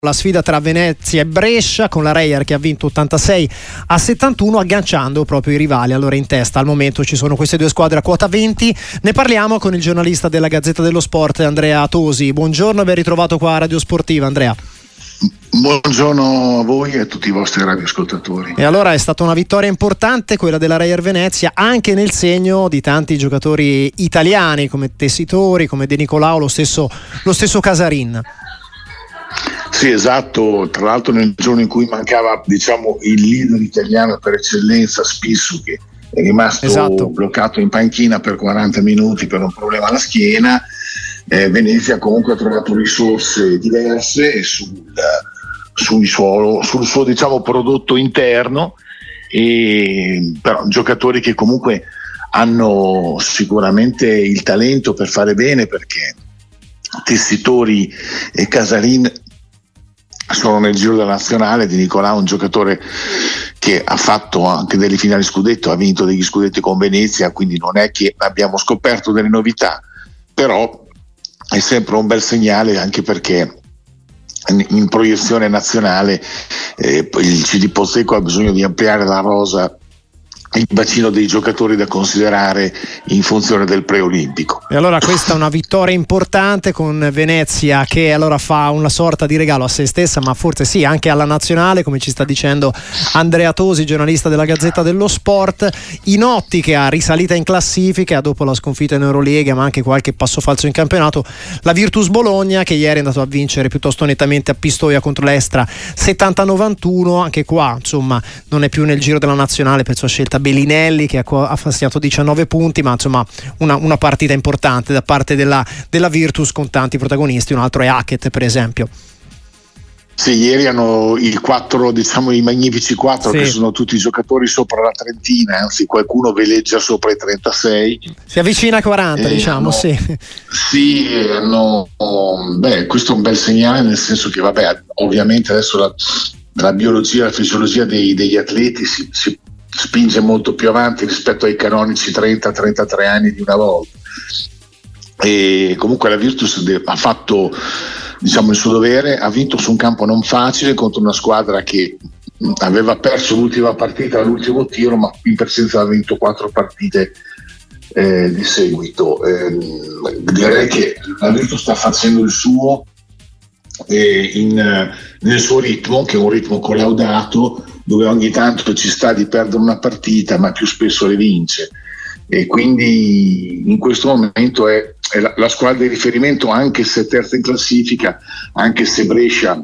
La sfida tra Venezia e Brescia, con la Reyer che ha vinto 86-71, agganciando proprio i rivali. Allora in testa al momento ci sono queste due squadre a quota 20. Ne parliamo con il giornalista della Gazzetta dello Sport, Andrea Tosi. Buongiorno e ben ritrovato qua a Radio Sportiva, Andrea. Buongiorno a voi e a tutti i vostri radioascoltatori. E allora è stata una vittoria importante quella della Reyer Venezia, anche nel segno di tanti giocatori italiani come Tessitori, come De Nicolao, lo stesso Casarin. Sì, esatto, tra l'altro nel giorno in cui mancava, diciamo, il leader italiano per eccellenza, Spissu, che è rimasto bloccato in panchina per 40 minuti per un problema alla schiena, Venezia comunque ha trovato risorse diverse sul suo diciamo prodotto interno, e però giocatori che comunque hanno sicuramente il talento per fare bene, perché Tessitori e Casarin sono nel giro della nazionale. Di Nicolà, un giocatore che ha fatto anche delle finali scudetto, ha vinto degli scudetti con Venezia, quindi non è che abbiamo scoperto delle novità, però è sempre un bel segnale, anche perché in proiezione nazionale il CD Pozzecco ha bisogno di ampliare la rosa, il bacino dei giocatori da considerare in funzione del preolimpico. E allora questa è una vittoria importante, con Venezia che allora fa una sorta di regalo a se stessa, ma forse sì anche alla nazionale, come ci sta dicendo Andrea Tosi, giornalista della Gazzetta dello Sport, in ottica risalita in classifica dopo la sconfitta in Eurolega, ma anche qualche passo falso in campionato. La Virtus Bologna, che ieri è andato a vincere piuttosto nettamente a Pistoia contro l'Estra 70-91, anche qua insomma non è più nel giro della nazionale per sua scelta Bellinelli, che ha segnato 19 punti, ma insomma una partita importante da parte della Virtus con tanti protagonisti. Un altro è Hackett, per esempio. Sì, ieri hanno i magnifici 4, sì, che sono tutti giocatori sopra la trentina, anzi qualcuno veleggia sopra i 36. Si avvicina a 40, diciamo, sì. Sì, questo è un bel segnale, nel senso che ovviamente adesso la biologia, la fisiologia degli atleti si spinge molto più avanti rispetto ai canonici 30-33 anni di una volta, e comunque la Virtus ha fatto, diciamo, il suo dovere, ha vinto su un campo non facile contro una squadra che aveva perso l'ultima partita all'ultimo tiro, ma in presenza ha vinto 4 partite di seguito. Direi che la Virtus sta facendo il suo nel suo ritmo, che è un ritmo collaudato, dove ogni tanto ci sta di perdere una partita, ma più spesso le vince, e quindi in questo momento è la squadra di riferimento, anche se terza in classifica, anche se Brescia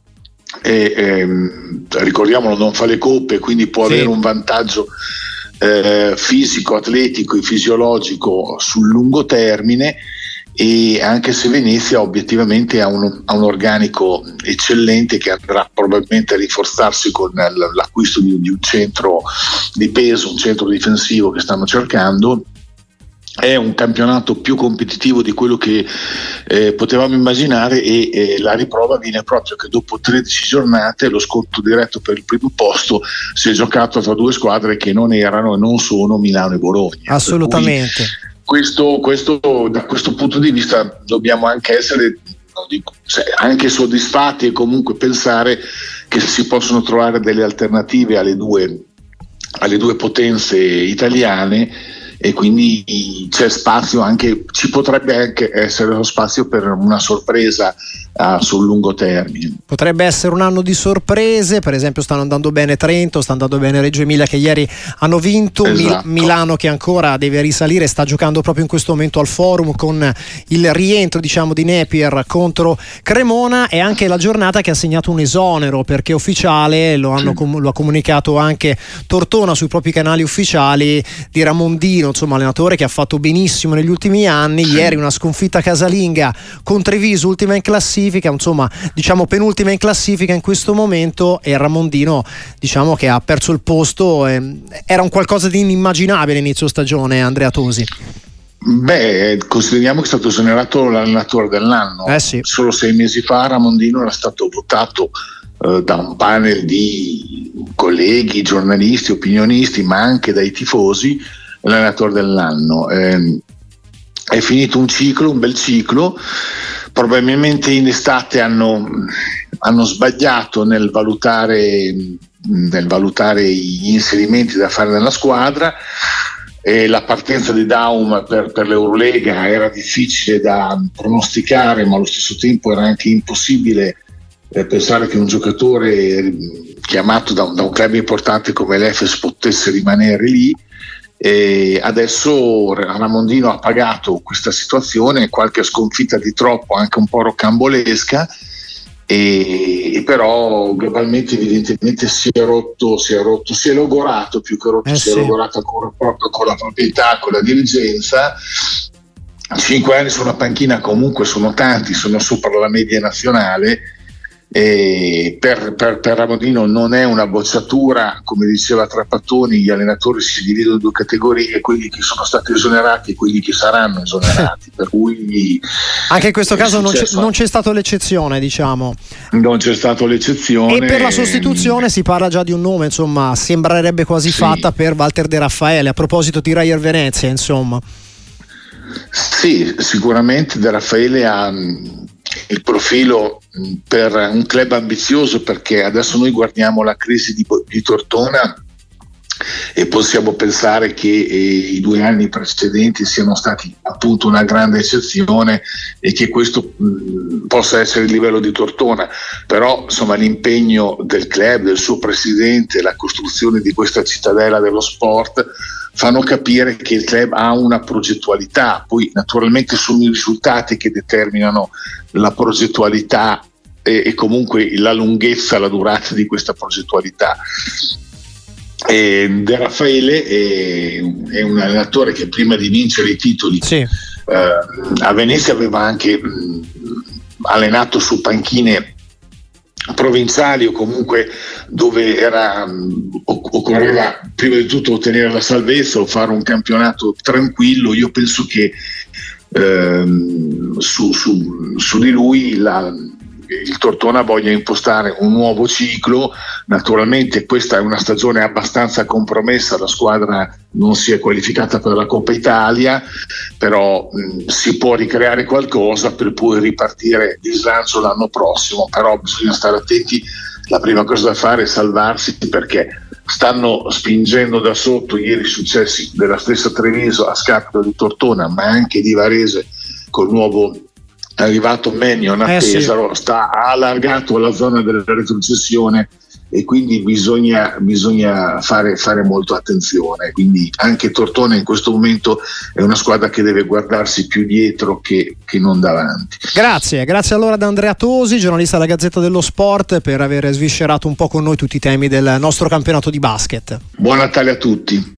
ricordiamolo, non fa le coppe, quindi può avere un vantaggio fisico, atletico e fisiologico sul lungo termine. E anche se Venezia obiettivamente ha un organico eccellente, che andrà probabilmente a rinforzarsi con l'acquisto di un centro di peso, un centro difensivo che stanno cercando. È un campionato più competitivo di quello che potevamo immaginare, e la riprova viene proprio che dopo 13 giornate lo scontro diretto per il primo posto si è giocato tra due squadre che non erano e non sono Milano e Bologna. Assolutamente. Questo, da questo punto di vista dobbiamo anche essere anche soddisfatti, e comunque pensare che si possono trovare delle alternative alle due potenze italiane, e quindi c'è spazio, ci potrebbe anche essere lo spazio per una sorpresa sul lungo termine. Potrebbe essere un anno di sorprese, per esempio stanno andando bene Trento, sta andando bene Reggio Emilia, che ieri hanno vinto, esatto. Milano che ancora deve risalire, sta giocando proprio in questo momento al Forum con il rientro, diciamo, di Napier contro Cremona, e anche la giornata che ha segnato un esonero, perché ufficiale, lo ha comunicato anche Tortona sui propri canali ufficiali, di Ramondino, insomma allenatore che ha fatto benissimo negli ultimi anni. Ieri una sconfitta casalinga con Treviso, ultima in classifica, insomma diciamo penultima in classifica in questo momento, e Ramondino diciamo che ha perso il posto. Era un qualcosa di inimmaginabile inizio stagione, Andrea Tosi. Consideriamo che è stato esonerato l'allenatore dell'anno. Sì. Solo 6 mesi fa Ramondino era stato votato da un panel di colleghi, giornalisti, opinionisti, ma anche dai tifosi, l'allenatore dell'anno. È finito un bel ciclo, probabilmente in estate hanno sbagliato nel valutare gli inserimenti da fare nella squadra, e la partenza di Daum per l'Eurolega era difficile da pronosticare, ma allo stesso tempo era anche impossibile pensare che un giocatore chiamato da un club importante come l'Efes potesse rimanere lì. E adesso Ramondino ha pagato questa situazione, qualche sconfitta di troppo, anche un po' rocambolesca, e però globalmente evidentemente si è logorato più che rotto, si è logorato ancora proprio con la proprietà, con la dirigenza. 5 anni su una panchina comunque sono tanti, sono sopra la media nazionale. Per Ramondino non è una bocciatura, come diceva Trapattoni, gli allenatori si dividono in 2 categorie, quelli che sono stati esonerati e quelli che saranno esonerati, per cui anche in questo caso non c'è stato l'eccezione, diciamo. Non c'è stato l'eccezione. E per la sostituzione si parla già di un nome, insomma, sembrerebbe quasi fatta per Walter De Raffaele, a proposito di Reyer Venezia, insomma. Sì, sicuramente De Raffaele ha il profilo per un club ambizioso, perché adesso noi guardiamo la crisi di Tortona e possiamo pensare che i 2 anni precedenti siano stati appunto una grande eccezione e che questo possa essere il livello di Tortona, però insomma l'impegno del club, del suo presidente, la costruzione di questa cittadella dello sport fanno capire che il club ha una progettualità. Poi naturalmente sono i risultati che determinano la progettualità e comunque la lunghezza, la durata di questa progettualità. De Raffaele è un allenatore che prima di vincere i titoli a Venezia aveva anche allenato su panchine provinciali, o comunque dove occorreva prima di tutto ottenere la salvezza o fare un campionato tranquillo. Io penso che su di lui il Tortona voglia impostare un nuovo ciclo. Naturalmente questa è una stagione abbastanza compromessa, la squadra non si è qualificata per la Coppa Italia, però si può ricreare qualcosa per poi ripartire di slancio l'anno prossimo, però bisogna stare attenti. La prima cosa da fare è salvarsi, perché stanno spingendo da sotto. Ieri i successi della stessa Treviso a scapito di Tortona, ma anche di Varese col nuovo arrivato Mannion a Pesaro, ha allargato la zona della retrocessione, e quindi bisogna fare molto attenzione. Quindi anche Tortona in questo momento è una squadra che deve guardarsi più dietro che non davanti. Grazie allora ad Andrea Tosi, giornalista della Gazzetta dello Sport, per aver sviscerato un po' con noi tutti i temi del nostro campionato di basket. Buon Natale a tutti.